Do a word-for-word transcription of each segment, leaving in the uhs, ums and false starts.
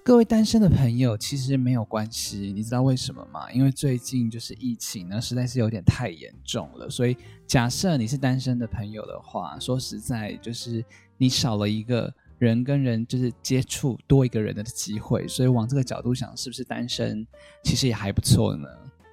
各位单身的朋友，其实没有关系，你知道为什么吗？因为最近就是疫情呢，实在是有点太严重了，所以假设你是单身的朋友的话，说实在，就是你少了一个人跟人就是接触多一个人的机会，所以往这个角度想，是不是单身其实也还不错呢？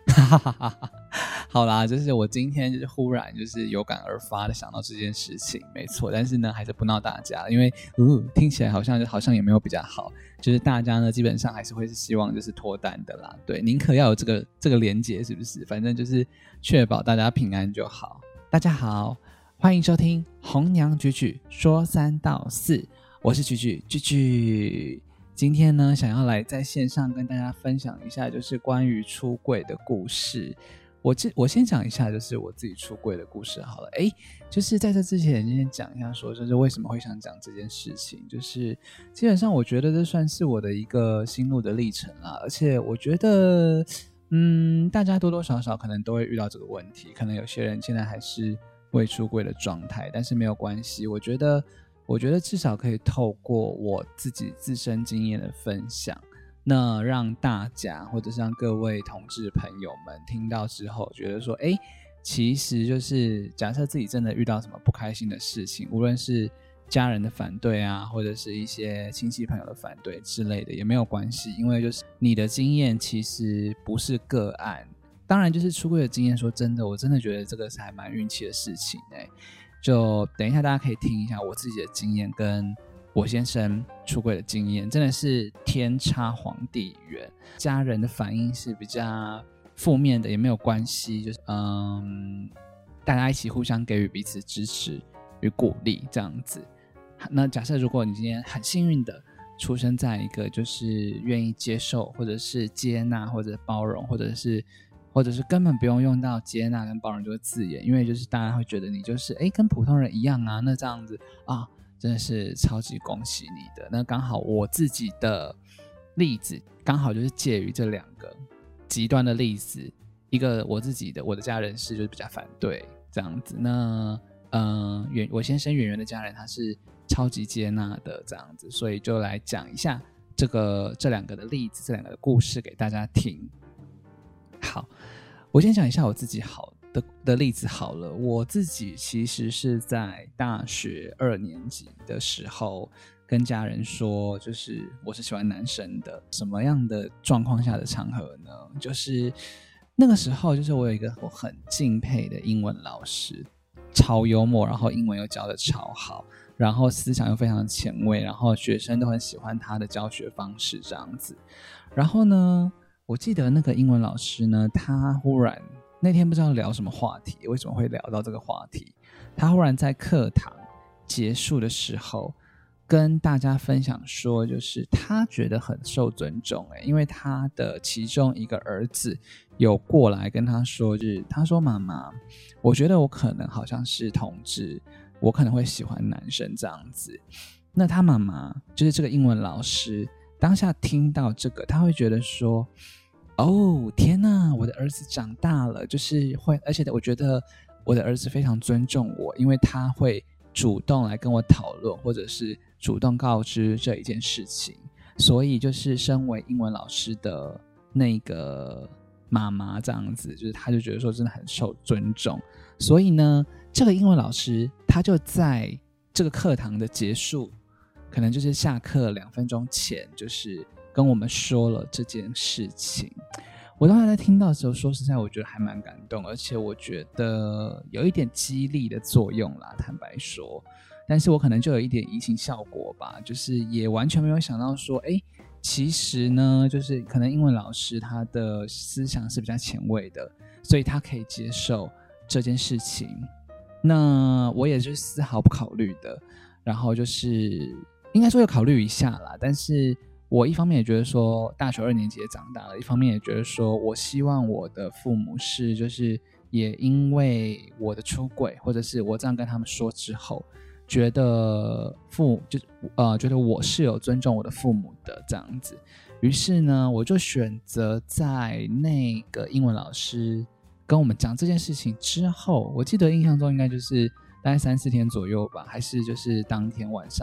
好啦，就是我今天就是忽然就是有感而发的想到这件事情，没错，但是呢还是不闹大家，因为呃听起来好像好像也没有比较好，就是大家呢基本上还是会是希望就是脱单的啦，对，宁可要有这个这个连结，是不是？反正就是确保大家平安就好。大家好，欢迎收听红娘举举说三道四，我是举举举举。今天呢，想要来在线上跟大家分享一下，就是关于出柜的故事。我我先讲一下，就是我自己出柜的故事好了。诶，就是在这之前，先讲一下说，就是为什么会想讲这件事情。就是基本上，我觉得这算是我的一个心路的历程啦。而且我觉得，嗯，大家多多少少可能都会遇到这个问题。可能有些人现在还是未出柜的状态，但是没有关系。我觉得。我觉得至少可以透过我自己自身经验的分享，那让大家或者是让各位同志朋友们听到之后觉得说，诶，其实就是假设自己真的遇到什么不开心的事情，无论是家人的反对啊，或者是一些亲戚朋友的反对之类的，也没有关系，因为就是你的经验其实不是个案。当然就是出柜的经验，说真的，我真的觉得这个是还蛮运气的事情欸。就等一下大家可以听一下我自己的经验跟我先生出柜的经验，真的是天差皇帝远。家人的反应是比较负面的也没有关系，就是嗯，大家一起互相给予彼此支持与鼓励这样子。那假设如果你今天很幸运的出生在一个就是愿意接受或者是接纳或者包容或者是或者是根本不用用到接纳跟包容这个字眼，因为就是大家会觉得你就是诶跟普通人一样啊，那这样子啊真的是超级恭喜你的。那刚好我自己的例子刚好就是介于这两个极端的例子，一个我自己的我的家人是就是比较反对这样子，那呃我先生圆圆的家人他是超级接纳的这样子，所以就来讲一下这个这两个的例子，这两个的故事给大家听。好，我先讲一下我自己好 的, 的例子好了。我自己其实是在大学二年级的时候跟家人说，就是我是喜欢男生的。什么样的状况下的场合呢？就是那个时候，就是我有一个我很敬佩的英文老师，超幽默，然后英文又教得超好，然后思想又非常前卫，然后学生都很喜欢他的教学方式这样子。然后呢？我记得那个英文老师呢，他忽然那天不知道聊什么话题，为什么会聊到这个话题？他忽然在课堂结束的时候跟大家分享说，就是他觉得很受尊重、欸、因为他的其中一个儿子有过来跟他说，就是他说妈妈，我觉得我可能好像是同志，我可能会喜欢男生这样子。那他妈妈就是这个英文老师。当下听到这个，他会觉得说：“哦，天哪，我的儿子长大了，就是会，而且我觉得我的儿子非常尊重我，因为他会主动来跟我讨论，或者是主动告知这一件事情。所以，就是身为英文老师的那个妈妈这样子，就是他就觉得说真的很受尊重。所以呢，这个英文老师他就在这个课堂的结束。”可能就是下课两分钟前，就是跟我们说了这件事情。我当时在听到的时候，说实在，我觉得还蛮感动，而且我觉得有一点激励的作用啦，坦白说。但是我可能就有一点移情效果吧，就是也完全没有想到说，哎，其实呢，就是可能英文老师他的思想是比较前卫的，所以他可以接受这件事情。那我也是丝毫不考虑的，然后就是。应该说有考虑一下啦，但是我一方面也觉得说大学二年级也长大了，一方面也觉得说我希望我的父母是就是也因为我的出柜，或者是我这样跟他们说之后，觉得父就呃觉得我是有尊重我的父母的这样子。于是呢，我就选择在那个英文老师跟我们讲这件事情之后，我记得印象中应该就是大概三四天左右吧，还是就是当天晚上。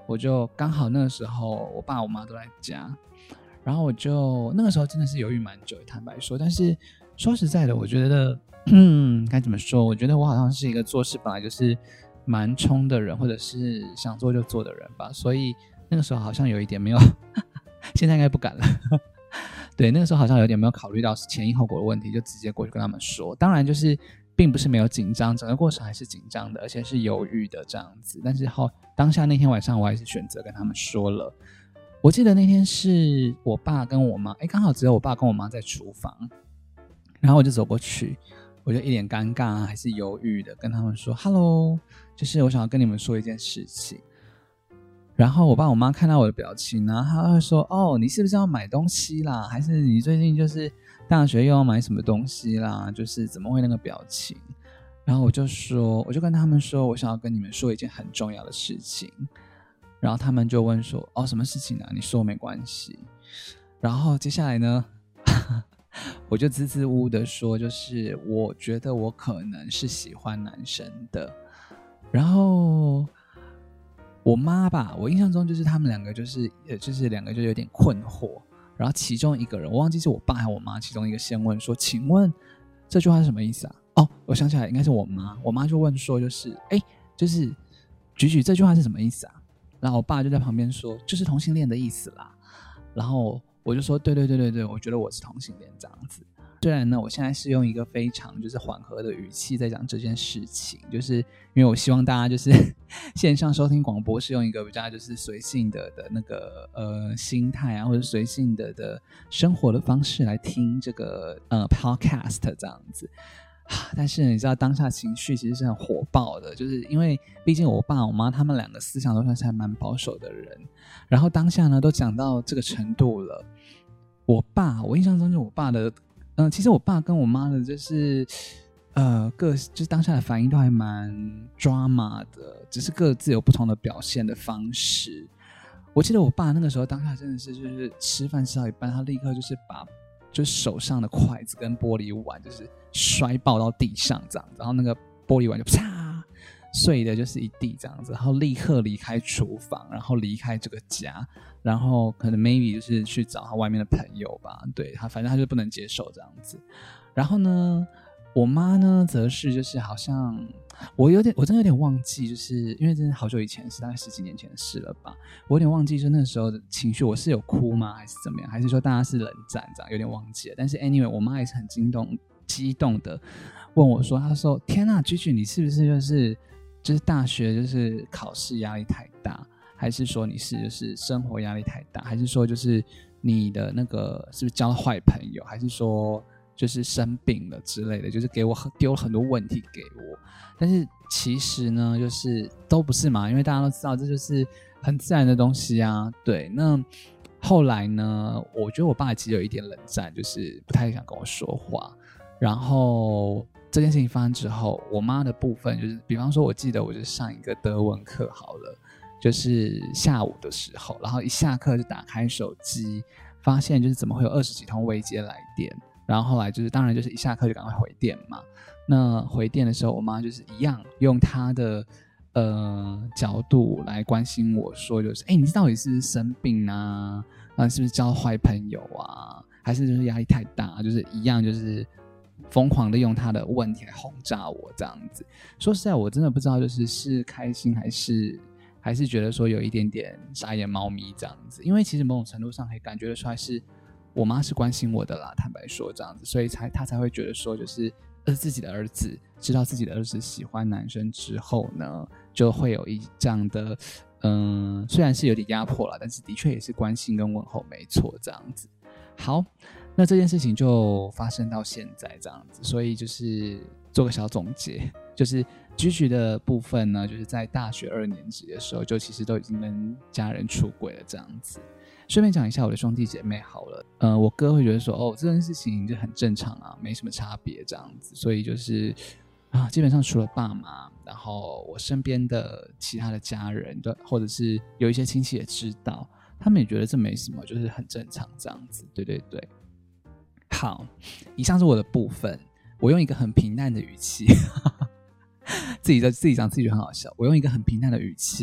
我就刚好那个时候我爸我妈都在家，然后我就那个时候真的是犹豫蛮久，坦白说。但是说实在的，我觉得嗯该怎么说，我觉得我好像是一个做事本来就是蛮冲的人，或者是想做就做的人吧，所以那个时候好像有一点没有现在应该不敢了对，那个时候好像有点没有考虑到前因后果的问题，就直接过去跟他们说。当然就是并不是没有紧张，整个过程还是紧张的，而且是犹豫的这样子。但是后当下那天晚上我还是选择跟他们说了。我记得那天是我爸跟我妈，哎，刚好只有我爸跟我妈在厨房，然后我就走过去，我就一脸尴尬还是犹豫的跟他们说 Hello， 就是我想要跟你们说一件事情。然后我爸我妈看到我的表情呢，他会说哦，你是不是要买东西啦，还是你最近就是大学又要买什么东西啦，就是怎么会那个表情。然后我就说，我就跟他们说我想要跟你们说一件很重要的事情。然后他们就问说哦，什么事情啊，你说没关系。然后接下来呢我就支支吾吾的说，就是我觉得我可能是喜欢男生的。然后我妈吧，我印象中就是他们两个就是就是两个就有点困惑，然后其中一个人我忘记是我爸还是我妈，其中一个先问说请问这句话是什么意思啊？哦，我想起来应该是我妈，我妈就问说就是哎，就是举举这句话是什么意思啊？然后我爸就在旁边说就是同性恋的意思啦。然后我就说对对对对对，我觉得我是同性恋这样子。虽然呢我现在是用一个非常就是缓和的语气在讲这件事情，就是因为我希望大家就是线上收听广播是用一个比较就是随性的的那个呃心态啊，或者随性的的生活的方式来听这个呃 podcast 这样子。但是你知道当下情绪其实是很火爆的，就是因为毕竟我爸我妈他们两个思想都算是还蛮保守的人，然后当下呢都讲到这个程度了，我爸我印象中就我爸的嗯、呃，其实我爸跟我妈的就是呃各就是当下的反应都还蛮 drama 的，只是各自有不同的表现的方式。我记得我爸那个时候当下真的是就是吃饭吃到一半，他立刻就是把就是手上的筷子跟玻璃碗就是摔爆到地上这样子，然后那个玻璃碗就啪碎的就是一地这样子，然后立刻离开厨房，然后离开这个家，然后可能 maybe 就是去找他外面的朋友吧，对，他反正他就不能接受这样子。然后呢我妈呢则是就是好像我有点我真的有点忘记，就是因为真的好久以前是大概十几年前的事了吧，我有点忘记就那时候的情绪，我是有哭吗还是怎么样，还是说大家是冷战这样，有点忘记了。但是 anyway 我妈也是很激动激动的问我说，她说天啊 Gigi 你是不是就是就是大学就是考试压力太大，还是说你是就是生活压力太大，还是说就是你的那个是不是交了坏朋友，还是说就是生病了之类的，就是给我丢了很多问题给我。但是其实呢就是都不是嘛，因为大家都知道这就是很自然的东西啊。对，那后来呢我觉得我爸其实有一点冷战，就是不太想跟我说话。然后这件事情发生之后，我妈的部分就是比方说我记得我就上一个德文课好了，就是下午的时候，然后一下课就打开手机，发现就是怎么会有二十几通未接来电，然后后来就是当然就是一下课就赶快回电嘛。那回电的时候我妈就是一样用她的呃角度来关心我说就是哎，你到底是不是生病啊，啊是不是交坏朋友啊，还是就是压力太大，就是一样就是疯狂的用她的问题来轰炸我这样子。说实在我真的不知道就是是开心还是还是觉得说有一点点傻眼猫咪这样子，因为其实某种程度上可以感觉得出来是我妈是关心我的啦，坦白说这样子，所以才她才会觉得说就是呃自己的儿子知道自己的儿子喜欢男生之后呢，就会有一这样的嗯，虽然是有点压迫啦，但是的确也是关心跟问候没错这样子。好，那这件事情就发生到现在这样子，所以就是做个小总结，就是Gigi的部分呢，就是在大学二年级的时候就其实都已经跟家人出轨了这样子。顺便讲一下我的兄弟姐妹好了，呃，我哥会觉得说哦这件事情就很正常啊，没什么差别这样子，所以就是啊，基本上除了爸妈，然后我身边的其他的家人或者是有一些亲戚也知道，他们也觉得这没什么，就是很正常这样子。对对对，好，以上是我的部分，我用一个很平淡的语气自己在自己讲自己就很好笑，我用一个很平淡的语气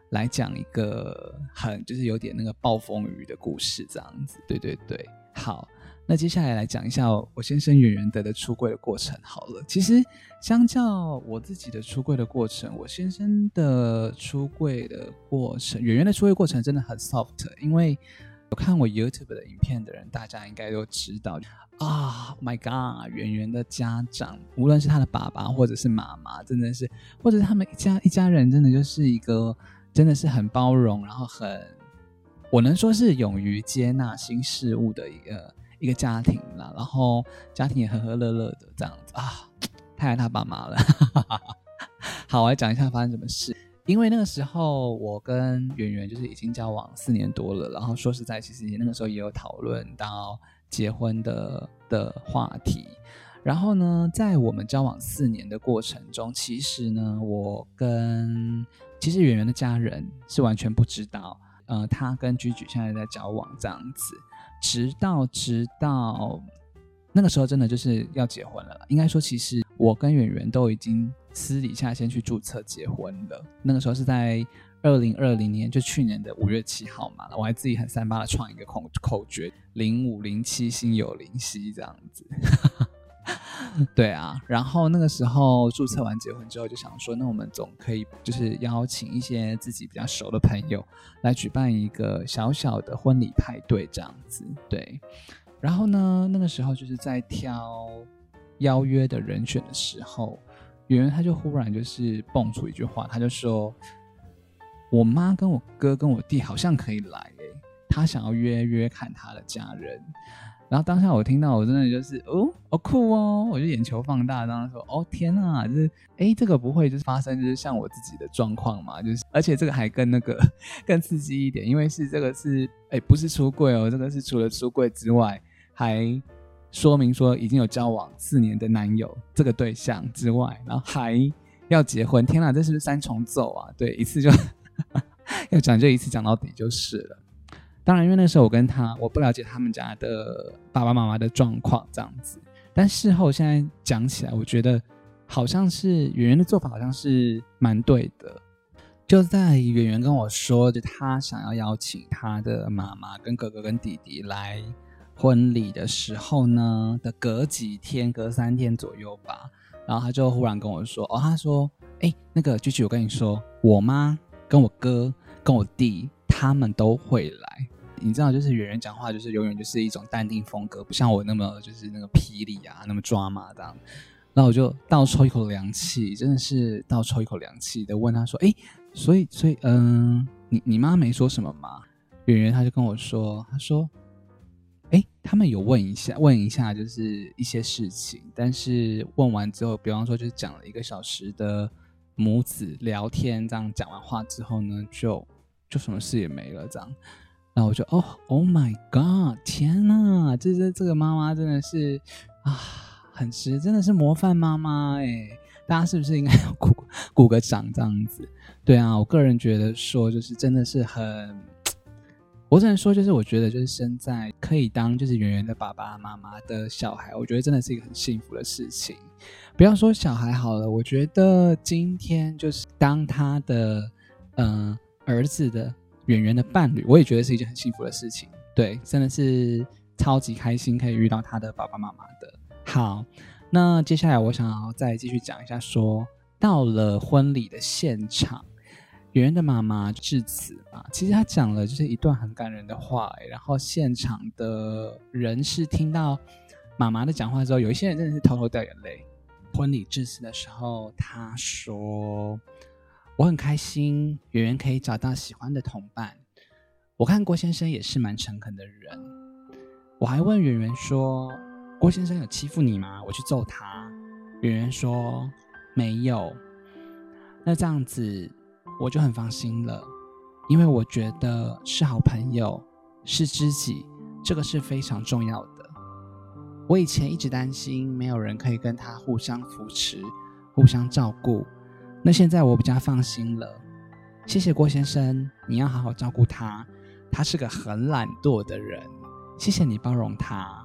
来讲一个很就是有点那个暴风雨的故事这样子。对对对，好，那接下来来讲一下我先生圆圆德的出柜的过程好了。其实相较我自己的出柜的过程，我先生的出柜的过程，圆圆的出柜过程真的很 soft， 因为有看我 YouTube 的影片的人，大家应该都知道啊 ，Oh my God， 圆圆的家长，无论是他的爸爸或者是妈妈，真的是，或者是他们一家一家人，真的就是一个真的是很包容，然后很，我能说是勇于接纳新事物的一个一个家庭啦，然后家庭也和和乐乐的这样子啊，太爱他爸妈了。好，我来讲一下发生什么事。因为那个时候我跟圆圆就是已经交往四年多了，然后说实在，其实那个时候也有讨论到结婚的的话题。然后呢，在我们交往四年的过程中，其实呢，我跟其实圆圆的家人是完全不知道，呃，他跟居居现在在交往这样子，直到直到那个时候真的就是要结婚了。应该说，其实我跟圆圆都已经私底下先去注册结婚了。那个时候是在二零二零年，就去年的五月七号嘛，我还自己很三八的创一个口口诀零五零七心有灵犀这样子。对啊，然后那个时候注册完结婚之后，就想说，那我们总可以就是邀请一些自己比较熟的朋友来举办一个小小的婚礼派对这样子。对，然后呢，那个时候就是在挑邀约的人选的时候，圆圆他就忽然就是蹦出一句话，他就说，我妈跟我哥跟我弟好像可以来耶，他想要约约看他的家人。然后当下我听到，我真的就是哦，好酷哦！我就眼球放大，当时说哦天哪，就是哎，这个不会就是发生就是像我自己的状况嘛？就是而且这个还更那个更刺激一点，因为是这个是哎不是出柜哦，这个是除了出柜之外，还说明说已经有交往四年的男友这个对象之外，然后还要结婚，天哪，这是不是三重奏啊？对，一次就要讲就一次讲到底就是了。当然因为那时候我跟他我不了解他们家的爸爸妈妈的状况这样子，但事后现在讲起来，我觉得好像是圆圆的做法好像是蛮对的。就在圆圆跟我说就他想要邀请他的妈妈跟哥哥跟弟弟来婚礼的时候呢的隔几天隔三天左右吧，然后他就忽然跟我说哦，他说哎、欸，那个居居我跟你说，我妈跟我哥跟我弟他们都会来。你知道就是圆圆讲话就是永远就是一种淡定风格，不像我那么就是那个霹雳啊那么抓马这样。然后我就倒抽一口凉气，真的是倒抽一口凉气的问他说，哎，所以所以嗯、呃，你你妈没说什么吗？圆圆他就跟我说，他说哎，他们有问一下问一下就是一些事情，但是问完之后，比方说就是讲了一个小时的母子聊天，这样讲完话之后呢，就就什么事也没了这样。然后我就哦 ，Oh my God， 天哪，这这这个妈妈真的是啊，很实，真的是模范妈妈哎！大家是不是应该要鼓鼓个掌这样子？对啊，我个人觉得说就是真的是很，我只能说就是我觉得就是生在可以当就是圆圆的爸爸妈妈的小孩，我觉得真的是一个很幸福的事情。不要说小孩好了，我觉得今天就是当他的嗯、呃、儿子的。圆圆的伴侣，我也觉得是一件很幸福的事情。对，真的是超级开心可以遇到他的爸爸妈妈的。好，那接下来我想要再继续讲一下说，到了婚礼的现场，圆圆的妈妈致辞嘛，其实她讲了就是一段很感人的话，然后现场的人是听到妈妈的讲话之后，有一些人真的是偷偷掉眼泪。婚礼致辞的时候，她说，我很开心圆圆可以找到喜欢的同伴，我看郭先生也是蛮诚恳的人。我还问圆圆说，郭先生有欺负你吗？我去揍他。圆圆说没有。那这样子我就很放心了，因为我觉得是好朋友是知己，这个是非常重要的。我以前一直担心没有人可以跟他互相扶持互相照顾，那现在我比较放心了。谢谢郭先生，你要好好照顾他，他是个很懒惰的人，谢谢你包容他。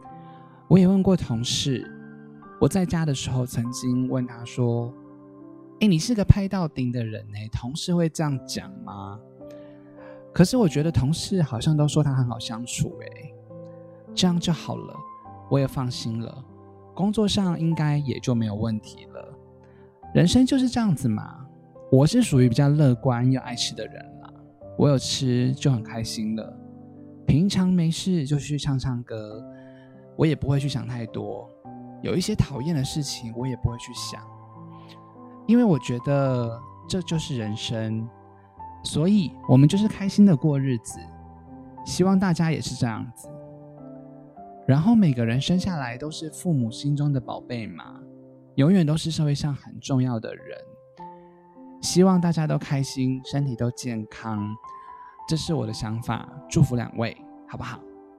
我也问过同事，我在家的时候曾经问他说， 哎，你是个拍到顶的人呢，同事会这样讲吗？可是我觉得同事好像都说他很好相处，哎，这样就好了，我也放心了，工作上应该也就没有问题了。人生就是这样子嘛，我是属于比较乐观又爱吃的人啦，我有吃就很开心了。平常没事就去唱唱歌，我也不会去想太多，有一些讨厌的事情我也不会去想，因为我觉得这就是人生，所以我们就是开心的过日子，希望大家也是这样子。然后每个人生下来都是父母心中的宝贝嘛，永远都是社会上很重要的人，希望大家都开心，身体都健康，这是我的想法，祝福两位好不好？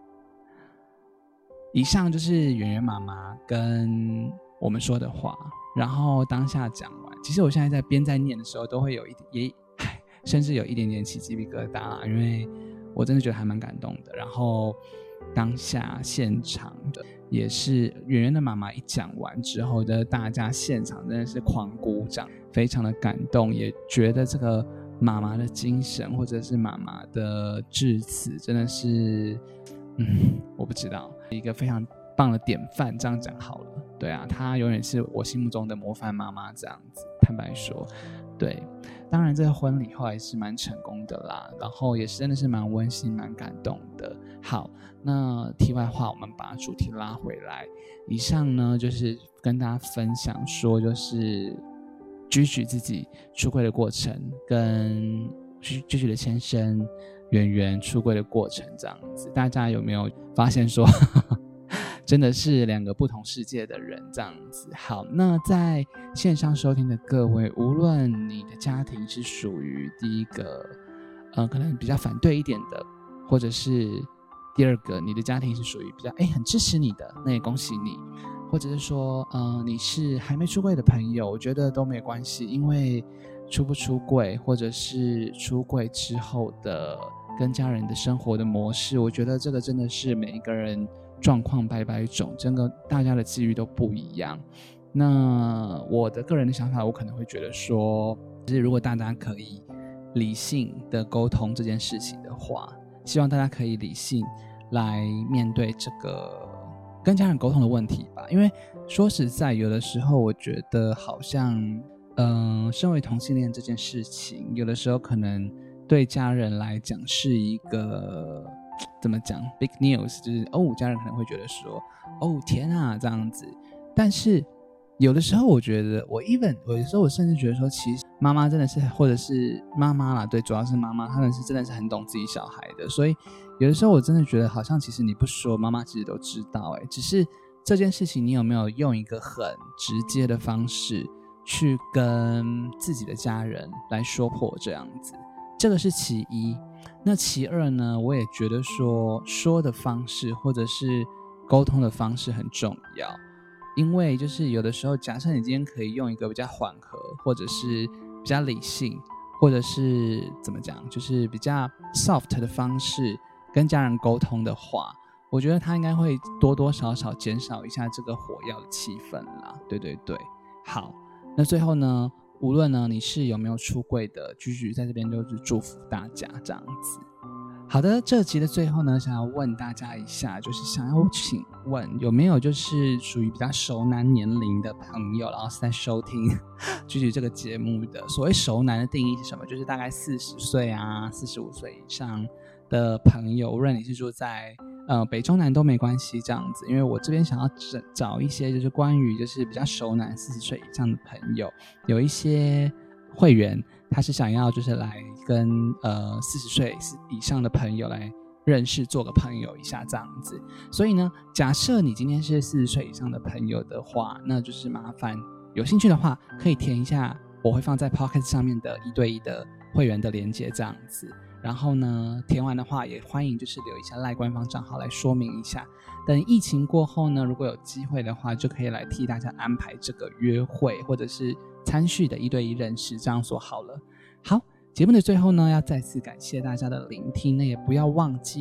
以上就是圆圆妈妈跟我们说的话，然后当下讲完，其实我现在在边在念的时候都会有一点也甚至有一点点起鸡皮疙瘩啦，因为我真的觉得还蛮感动的。然后当下现场的也是圆圆的妈妈一讲完之后的大家现场真的是狂鼓掌，非常的感动，也觉得这个妈妈的精神或者是妈妈的致辞真的是嗯，我不知道，一个非常棒的典范，这样讲好了。对啊，她永远是我心目中的模范妈妈这样子，坦白说。对，当然这个婚礼后来是蛮成功的啦，然后也是真的是蛮温馨蛮感动的。好，那题外话我们把主题拉回来，以上呢就是跟大家分享说就是居居自己出柜的过程，跟居居的先生圆圆出柜的过程这样子，大家有没有发现说真的是两个不同世界的人这样子。好，那在线上收听的各位，无论你的家庭是属于第一个呃可能比较反对一点的，或者是第二个你的家庭是属于比较哎很支持你的，那也恭喜你。或者是说呃你是还没出柜的朋友，我觉得都没关系，因为出不出柜或者是出柜之后的跟家人的生活的模式，我觉得这个真的是每一个人状况百百种，真的大家的际遇都不一样。那我的个人的想法，我可能会觉得说，就是如果大家可以理性的沟通这件事情的话，希望大家可以理性来面对这个跟家人沟通的问题吧。因为说实在，有的时候我觉得好像嗯、呃，身为同性恋这件事情，有的时候可能对家人来讲是一个怎么讲 big news， 就是哦，家人可能会觉得说哦天啊这样子。但是有的时候我觉得我 even 有的时候我甚至觉得说，其实妈妈真的是，或者是妈妈啦，对，主要是妈妈，她们是真的是很懂自己小孩的。所以有的时候我真的觉得好像其实你不说，妈妈其实都知道，哎，只是这件事情你有没有用一个很直接的方式去跟自己的家人来说破这样子，这个是其一。那其二呢，我也觉得说说的方式或者是沟通的方式很重要。因为就是有的时候，假设你今天可以用一个比较缓和，或者是比较理性，或者是怎么讲，就是比较 soft 的方式跟家人沟通的话，我觉得他应该会多多少少减少一下这个火药的气氛啦。对对对，好，那最后呢，无论呢你是有没有出柜的，居居在这边就是祝福大家这样子。好的，这集的最后呢，想要问大家一下，就是想要请问有没有就是属于比较熟男年龄的朋友，然后是在收听居居这个节目的。所谓熟男的定义是什么？就是大概四十岁啊、四十五岁以上的朋友，无论你是住在呃北中南都没关系，这样子。因为我这边想要找一些就是关于就是比较熟男四十岁以上的朋友，有一些会员他是想要就是来跟呃四十岁以上的朋友来认识，做个朋友一下这样子。所以呢，假设你今天是四十岁以上的朋友的话，那就是麻烦有兴趣的话可以填一下我会放在 Podcast 上面的一对一的会员的连结这样子。然后呢，填完的话也欢迎就是留一下赖官方账号来说明一下。等疫情过后呢，如果有机会的话，就可以来替大家安排这个约会或者是参叙的一对一认识，这样说好了。好，节目的最后呢，要再次感谢大家的聆听，那也不要忘记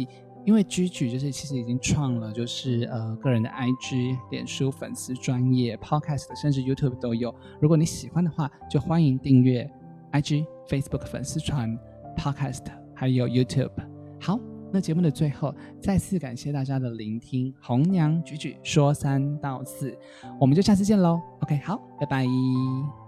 因为居居就是其实已经创了就是呃个人的 I G、脸书粉丝专页、Podcast， 甚至 YouTube 都有。如果你喜欢的话，就欢迎订阅 I G、Facebook 粉丝团、Podcast， 还有 YouTube。好，那节目的最后，再次感谢大家的聆听。红娘居居说三道四，我们就下次见喽。OK， 好，拜拜。